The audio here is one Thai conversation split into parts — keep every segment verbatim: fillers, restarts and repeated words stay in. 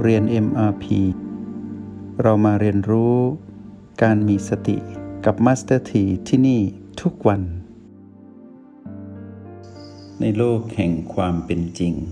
เรียน เอ็ม อาร์ พี เรามาเรียนรู้การมีสติกับ Master T ที่นี่ทุกวันในโลกแห่งความเป็นจริง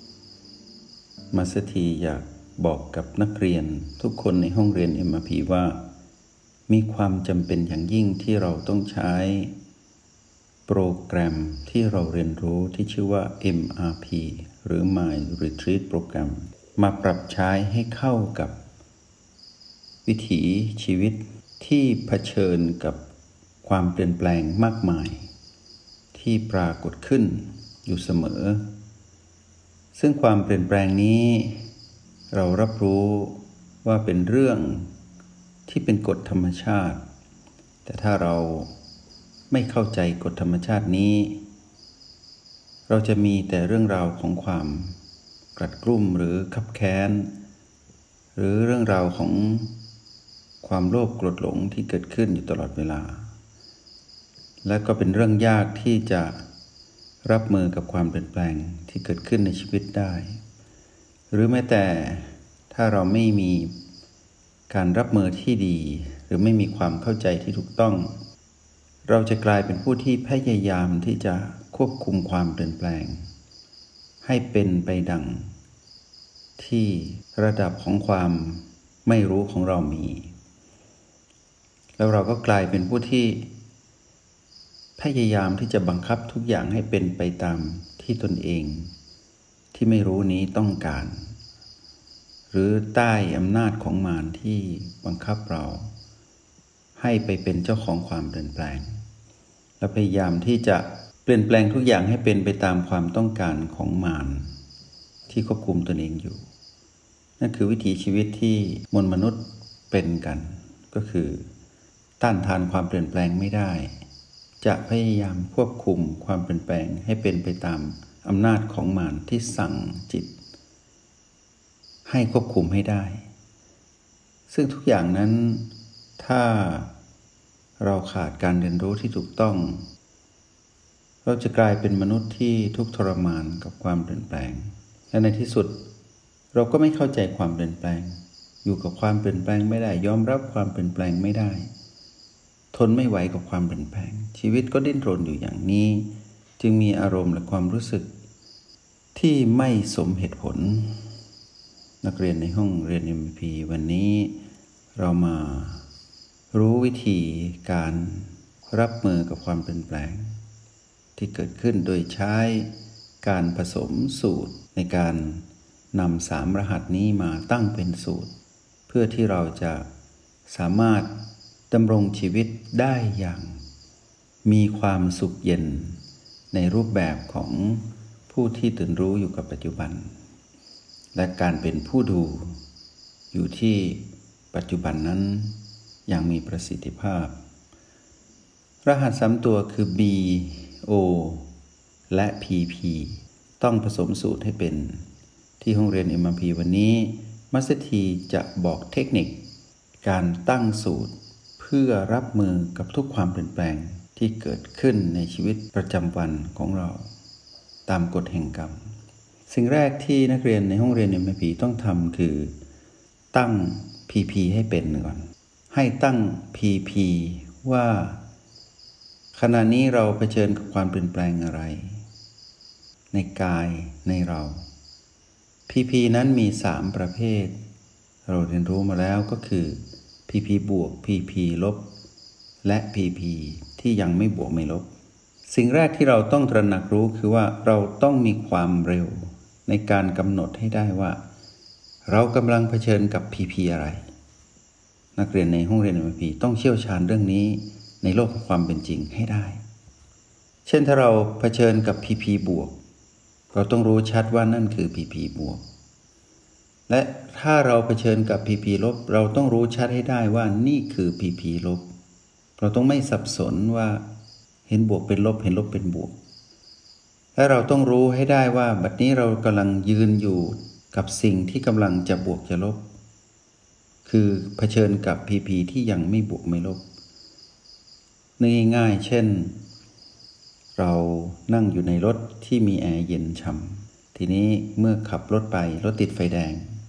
Master T อยากบอกกับนักเรียนทุกคนในห้องเรียน เอ็ม อาร์ พี ว่ามีความจำเป็นอย่างยิ่งที่เราต้องใช้โปรแกรมที่เราเรียนรู้ที่ชื่อว่า เอ็ม อาร์ พี หรือ Mind Retreat Program มาปรับใช้ให้เข้ากับวิถีชีวิตที่เผชิญกับความเปลี่ยนแปลงมากมายที่ปรากฏขึ้นอยู่เสมอซึ่งความเปลี่ยนแปลงนี้เรารับรู้ว่าเป็นเรื่องที่เป็นกฎธรรมชาติแต่ถ้าเราไม่เข้าใจกฎธรรมชาตินี้เราจะมีแต่เรื่องราวของความกลัดกลุ้มหรือคับแค้นหรือเรื่องราวของความโลภโกรธหลงที่เกิดขึ้นอยู่ตลอดเวลาและก็เป็นเรื่องยากที่จะรับมือกับความเปลี่ยนแปลงที่เกิดขึ้นในชีวิตได้หรือแม้แต่ถ้าเราไม่มีการรับมือที่ดีหรือไม่มีความเข้าใจที่ถูกต้องเราจะกลายเป็นผู้ที่พยายามที่จะควบคุมความเปลี่ยนแปลงให้เป็นไปดังที่ระดับของความไม่รู้ของเรามีแล้วเราก็กลายเป็นผู้ที่พยายามที่จะบังคับทุกอย่างให้เป็นไปตามที่ตนเองที่ไม่รู้นี้ต้องการหรือใต้อำนาจของมารที่บังคับเราให้ไปเป็นเจ้าของความเปลี่ยนแปลงและพยายามที่จะเปลี่ยนแปลงทุกอย่างให้เป็นไปตามความต้องการของมารที่ควบคุมตนเองอยู่นั่นคือวิถีชีวิตที่มวลมนุษย์เป็นกันก็คือต้านทานความเปลี่ยนแปลงไม่ได้จะพยายามควบคุมความเปลี่ยนแปลงให้เป็นไปตามอำนาจของมารที่สั่งจิตให้ควบคุมให้ได้ซึ่งทุกอย่างนั้นถ้าเราขาดการเรียนรู้ที่ถูกต้องเราจะกลายเป็นมนุษย์ที่ทุกข์ทรมานกับความเปลี่ยนแปลงและในที่สุดเราก็ไม่เข้าใจความเปลี่ยนแปลงอยู่กับความเปลี่ยนแปลงไม่ได้ยอมรับความเปลี่ยนแปลงไม่ได้ทนไม่ไหวกับความเปลี่ยนแปลงชีวิตก็ดิ้นรนอยู่อย่างนี้จึงมีอารมณ์และความรู้สึกที่ไม่สมเหตุผลนักเรียนในห้องเรียน เอ็ม พี วันนี้เรามารู้วิธีการรับมือกับความเปลี่ยนแปลงที่เกิดขึ้นโดยใช้การผสมสูตรในการนำสามรหัสนี้มาตั้งเป็นสูตรเพื่อที่เราจะสามารถดำรงชีวิตได้อย่างมีความสุขเย็นในรูปแบบของผู้ที่ตื่นรู้อยู่กับปัจจุบันและการเป็นผู้ดูอยู่ที่ปัจจุบันนั้นอย่างมีประสิทธิภาพรหัสสามตัวคือ บี โอ และ พี พี ต้องผสมสูตรให้เป็นที่ห้องเรียน เอ็ม อาร์ พี วันนี้มัสเตอร์ทีจะบอกเทคนิคการตั้งสูตรเพื่อรับมือกับทุกความเปลี่ยนแปลงที่เกิดขึ้นในชีวิตประจำวันของเราตามกฎแห่งกรรมสิ่งแรกที่นักเรียนในห้องเรียน เอ็ม อาร์ พี ต้องทำคือตั้ง พี พี ให้เป็นก่อนให้ตั้ง พี พี ว่าขณะนี้เราเผชิญกับความเปลี่ยนแปลงอะไรในกายในเรา พี พี นั้นมีสามประเภทเราเรียนรู้มาแล้วก็คือ พี พี บวก พี พี ลบและ พี พี ที่ยังไม่บวกไม่ลบสิ่งแรกที่เราต้องตระหนักรู้คือว่าเราต้องมีความเร็วในการกำหนดให้ได้ว่าเรากำลังเผชิญกับ พี พี อะไรนักเรียนในห้องเรียน เอ็ม อาร์ พี ต้องเชี่ยวชาญเรื่องนี้ในโลกของความเป็นจริงให้ได้เช่นถ้าเราเผชิญกับ พี พี บวกเราต้องรู้ชัดว่านั่นคือ พี พี บวกและถ้าเราเผชิญกับ พี พี ลบเราต้องรู้ชัดให้ได้ว่านี่คือ พี พี ลบเราต้องไม่สับสนว่าเห็นบวกเป็นลบเห็นลบเป็นบวกและเราต้องรู้ให้ได้ว่าบัดนี้เรากำลังยืนอยู่กับสิ่งที่กำลังจะบวกจะลบคือเผชิญกับ พี พี ที่ยังไม่บวกไม่ลบง่ายๆเช่นเรานั่งอยู่ในรถที่มีแอร์เย็นฉ่ำทีนี้เมื่อขับรถไปรถติดไฟแดง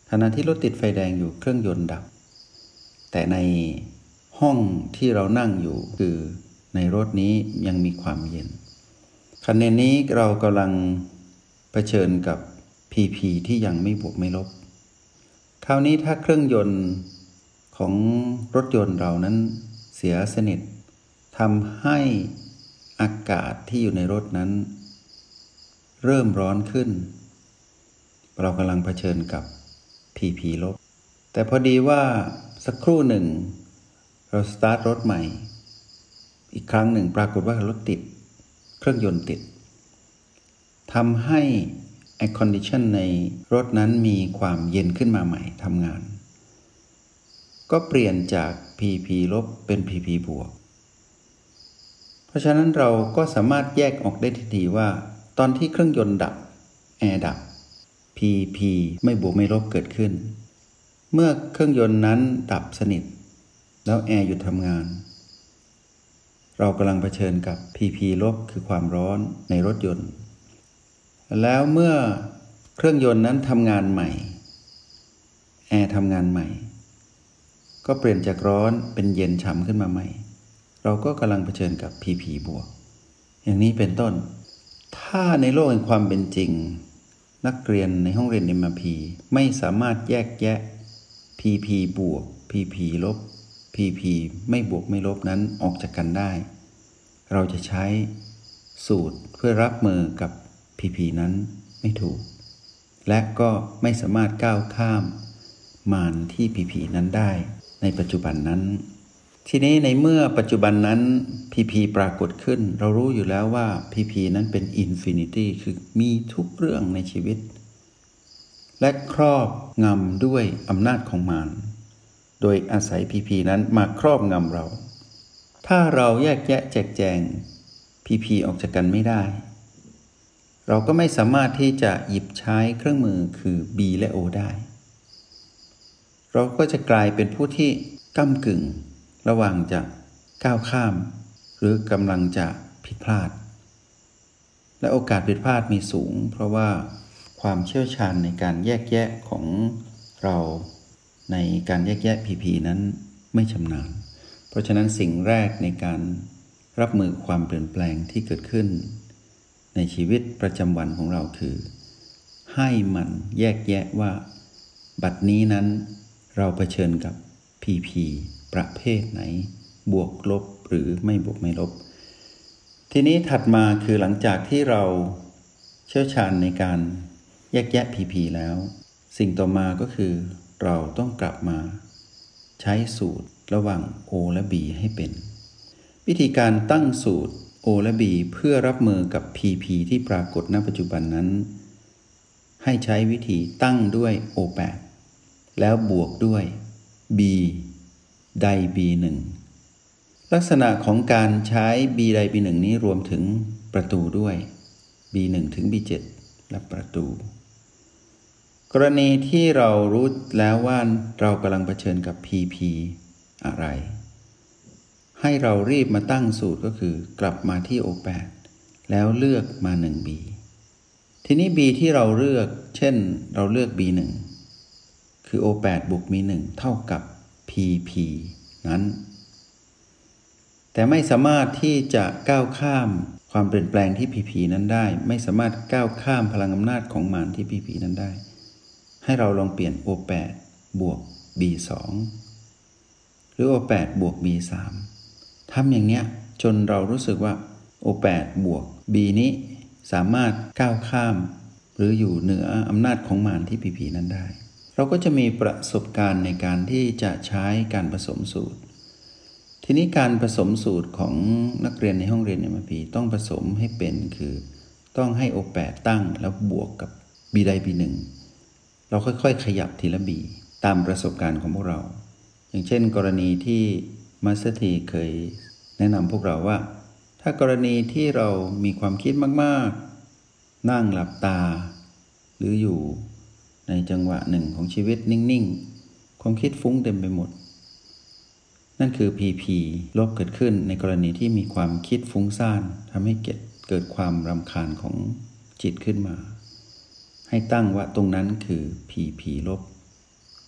ขณะที่รถติดไฟแดงอยู่เครื่องยนต์ดับแต่ในห้องที่เรานั่งอยู่คือในรถนี้ยังมีความเย็นขณะนี้เรากำลังเผชิญกับ พี พี ที่ยังไม่บวกไม่ลบคราวนี้ถ้าเครื่องยนต์ของรถยนต์เรานั้นเสียสนิททำให้อากาศที่อยู่ในรถนั้นเริ่มร้อนขึ้นเรากำลังเผชิญกับ พี พี ลบแต่พอดีว่าสักครู่หนึ่งเราสตาร์ทรถใหม่อีกครั้งหนึ่งปรากฏว่ารถติดเครื่องยนต์ติดทำให้ Air Condition ในรถนั้นมีความเย็นขึ้นมาใหม่ทำงานก็เปลี่ยนจาก พี พี ลบเป็น พี พี บวกเพราะฉะนั้นเราก็สามารถแยกออกได้ทันทีว่าตอนที่เครื่องยนต์ดับแอร์ดับ พี พี ไม่บวกไม่ลบเกิดขึ้นเมื่อเครื่องยนต์นั้นดับสนิทแล้วแอร์หยุดทำงานเรากำลังเผชิญกับ พี พี ลบคือความร้อนในรถยนต์แล้วเมื่อเครื่องยนต์นั้นทำงานใหม่แอร์ทำงานใหม่ก็เปลี่ยนจากร้อนเป็นเย็นฉ่ำขึ้นมาใหม่เราก็กำลังเผชิญกับ พี พี บวกอย่างนี้เป็นต้นถ้าในโลกแห่งความเป็นจริงนักเรียนในห้องเรียน เอ็ม อาร์ พี ไม่สามารถแยกแยะ พี พี บวก พี พี ลบ พี พี ไม่บวกไม่ลบนั้นออกจากกันได้เราจะใช้สูตรเพื่อรับมือกับ พี พี นั้นไม่ถูกและก็ไม่สามารถก้าวข้ามมารที่ พี พี นั้นได้ในปัจจุบันนั้นทีนี้ในเมื่อปัจจุบันนั้น พี พี ปรากฏขึ้นเรารู้อยู่แล้วว่า พี พี นั้นเป็น Infinity คือมีทุกเรื่องในชีวิตและครอบงำด้วยอำนาจของมารโดยอาศัย พี พี นั้นมาครอบงำเราถ้าเราแยกแยะแจกแจง พี พี ออกจากกันไม่ได้เราก็ไม่สามารถที่จะหยิบใช้เครื่องมือคือ B และ O ได้เราก็จะกลายเป็นผู้ที่ก้ำกึ่งระหว่างจะก้าวข้ามหรือกำลังจะผิดพลาดและโอกาสผิดพลาดมีสูงเพราะว่าความเชี่ยวชาญในการแยกแยะของเราในการแยกแยะ พี พี นั้นไม่ชำนาญเพราะฉะนั้นสิ่งแรกในการรับมือความเปลี่ยนแปลงที่เกิดขึ้นในชีวิตประจำวันของเราคือให้มันแยกแยะว่าบัดนี้นั้นเราเผชิญกับ พี พี ประเภทไหนบวกลบหรือไม่บวกไม่ลบทีนี้ถัดมาคือหลังจากที่เราเชี่ยวชาญในการแยกแยะ พี พี แล้วสิ่งต่อมาก็คือเราต้องกลับมาใช้สูตรระหว่าง O และ B ให้เป็นวิธีการตั้งสูตร O และ B เพื่อรับมือกับ พี พี ที่ปรากฏณปัจจุบันนั้นให้ใช้วิธีตั้งด้วย โอ แปด แล้วบวกด้วย B ใด บี หนึ่ง ลักษณะของการใช้ B ใด บี หนึ่ง นี้รวมถึงประตูด้วย บี หนึ่ง ถึง บี เจ็ด และประตูกรณีที่เรารู้แล้วว่าเรากำลังเผชิญกับ พี พี อะไรให้เรารีบมาตั้งสูตรก็คือกลับมาที่ โอ แปด แล้วเลือกมา หนึ่ง บี ทีนี้ B ที่เราเลือกเช่นเราเลือก บี หนึ่ง คือ โอ แปด บวก บี หนึ่ง เท่ากับ พี พี นั้นแต่ไม่สามารถที่จะก้าวข้ามความเปลี่ยนแปลงที่ พี พี นั้นได้ไม่สามารถก้าวข้ามพลังอำนาจของมารที่ พี พี นั้นได้ให้เราลองเปลี่ยน โอ แปด บวก บี สอง หรือ โอ แปด บวก บี สาม ทำอย่างเนี้ยจนเรารู้สึกว่า โอ แปด บวก B นี้สามารถก้าวข้ามหรืออยู่เหนืออำนาจของมารที่ พี พี นั้นได้เราก็จะมีประสบการณ์ในการที่จะใช้การผสมสูตรทีนี้การผสมสูตรของนักเรียนในห้องเรียน เอ็ม อาร์ พี ต้องผสมให้เป็นคือต้องให้ โอ แปด ตั้งแล้วบวกกับ B ใด บี หนึ่ง เราค่อยๆขยับทีละ B ตามประสบการณ์ของพวกเราอย่างเช่นกรณีที่มาสเตอร์ทีเคยแนะนำพวกเราว่าถ้ากรณีที่เรามีความคิดมากๆนั่งหลับตาหรืออยู่ในจังหวะหนึ่งของชีวิตนิ่งๆความคิดฟุ้งเต็มไปหมดนั่นคือ พี พี ลบเกิดขึ้นในกรณีที่มีความคิดฟุ้งซ่านทำให้เกิดเกิดความรำคาญของจิตขึ้นมาให้ตั้งว่าตรงนั้นคือ พี พี ลบ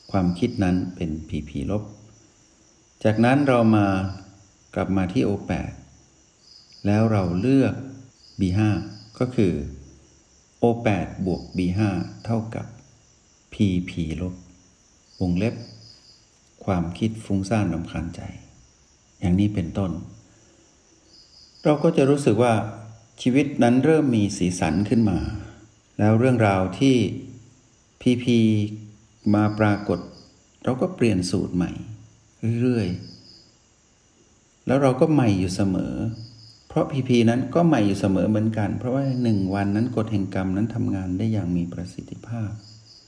ความคิดนั้นเป็น พี พี ลบจากนั้นเรามากลับมาที่ โอ แปด แล้วเราเลือก บี ห้า ก็คือ โอ แปด บวก บี ห้า เท่ากับ พี พี ลบวงเล็บความคิดฟุ้งซ่านรำคาญใจอย่างนี้เป็นต้นเราก็จะรู้สึกว่าชีวิตนั้นเริ่มมีสีสันขึ้นมาแล้วเรื่องราวที่ พี พี มาปรากฏเราก็เปลี่ยนสูตรใหม่เรื่อยๆแล้วเราก็ใหม่อยู่เสมอเพราะ พี พี นั้นก็ใหม่อยู่เสมอเหมือนกันเพราะว่าหนึ่งวันนั้นกฎแห่งกรรมนั้นทำงานได้อย่างมีประสิทธิภาพ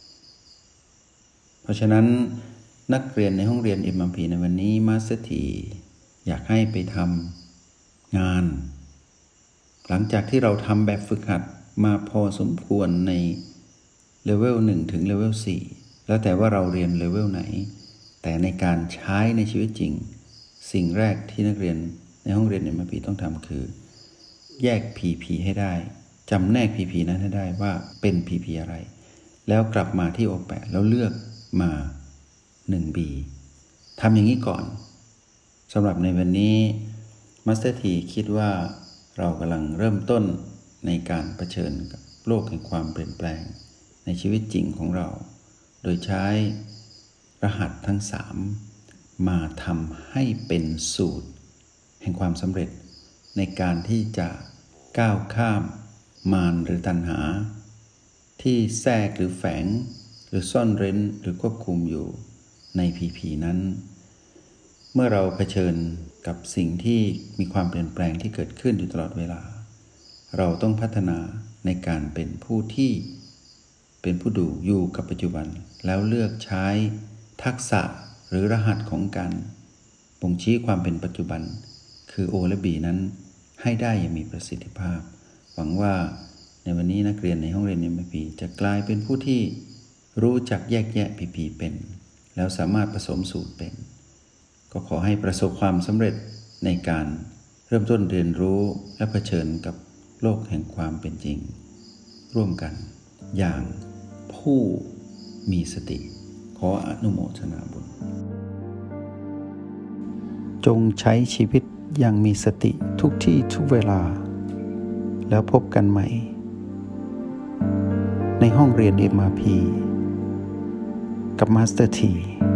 เพราะฉะนั้นนักเรียนในห้องเรียน เอ็ม อาร์ พี ในวันนี้มาสเตอร์ทีอยากให้ไปทำงานหลังจากที่เราทำแบบฝึกหัดมาพอสมควรในเลเวลหนึ่งถึงเลเวลสี่แล้วแต่ว่าเราเรียนเลเวลไหนแต่ในการใช้ในชีวิตจริงสิ่งแรกที่นักเรียนในห้องเรียน เอ็ม อาร์ พี ต้องทำคือแยก พี พี ให้ได้จำแนก พี พี นั้นให้ได้ว่าเป็น พี พี อะไรแล้วกลับมาที่ โอ แปด แล้วเลือกมา หนึ่ง บี ทำอย่างนี้ก่อนสำหรับในวันนี้มาสเตอร์ทีคิดว่าเรากำลังเริ่มต้นในการเผชิญกับโลกแห่งความเปลี่ยนแปลงในชีวิตจริงของเราโดยใช้รหัสทั้งสามมาทำให้เป็นสูตรแห่งความสำเร็จในการที่จะก้าวข้ามมารหรือตัณหาที่แทรกหรือแฝงหรือซ่อนเร้นหรือควบคุมอยู่ใน พี พี นั้นเมื่อเราเผชิญกับสิ่งที่มีความเปลี่ยนแปลงที่เกิดขึ้นอยู่ตลอดเวลาเราต้องพัฒนาในการเป็นผู้ที่เป็นผู้ดูอยู่กับปัจจุบันแล้วเลือกใช้ทักษะหรือรหัสของการบ่งชี้ความเป็นปัจจุบันคือ O และ B นั้นให้ได้อย่างมีประสิทธิภาพหวังว่าในวันนี้นักเรียนในห้องเรียน เอ็ม อาร์ พี จะกลายเป็นผู้ที่รู้จักแยกแยะ พี พี เป็นแล้วสามารถผสมสูตรเป็นก็ขอให้ประสบความสำเร็จในการเริ่มต้นเรียนรู้และเผชิญกับโลกแห่งความเป็นจริงร่วมกันอย่างผู้มีสติขออนุโมทนาบุญจงใช้ชีวิตอย่างมีสติทุกที่ทุกเวลาแล้วพบกันใหม่ในห้องเรียน เอ็ม อาร์ พี กับมาสเตอร์ที